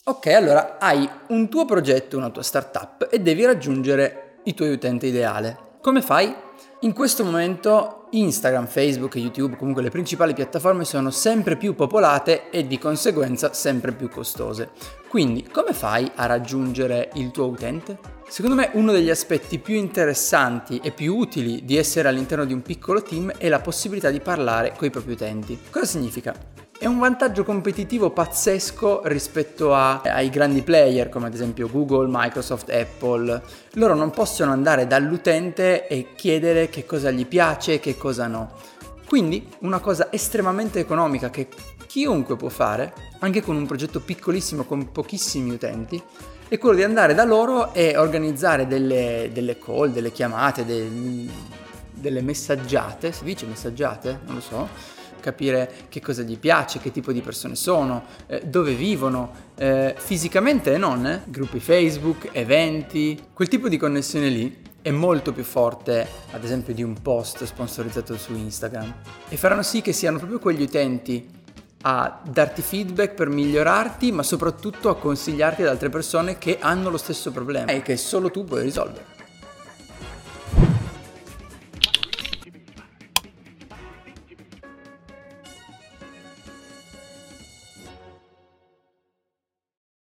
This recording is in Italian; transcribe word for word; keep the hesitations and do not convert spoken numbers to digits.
Ok, allora hai un tuo progetto, una tua startup e devi raggiungere i tuoi utenti ideale. Come fai? In questo momento Instagram, Facebook e YouTube, comunque le principali piattaforme, sono sempre più popolate e di conseguenza sempre più costose. Quindi come fai a raggiungere il tuo utente? Secondo me uno degli aspetti più interessanti e più utili di essere all'interno di un piccolo team è la possibilità di parlare con i propri utenti. Cosa significa? È un vantaggio competitivo pazzesco rispetto a, ai grandi player come ad esempio Google, Microsoft, Apple. Loro non possono andare dall'utente e chiedere che cosa gli piace e che cosa no. Quindi una cosa estremamente economica che chiunque può fare, anche con un progetto piccolissimo con pochissimi utenti, è quello di andare da loro e organizzare delle, delle call, delle chiamate, del, delle messaggiate. Si dice messaggiate? Non lo so. Capire che cosa gli piace, che tipo di persone sono, eh, dove vivono, eh, fisicamente e non, eh? Gruppi Facebook, eventi, quel tipo di connessione lì è molto più forte, ad esempio, di un post sponsorizzato su Instagram, e faranno sì che siano proprio quegli utenti a darti feedback per migliorarti, ma soprattutto a consigliarti ad altre persone che hanno lo stesso problema e che solo tu puoi risolvere.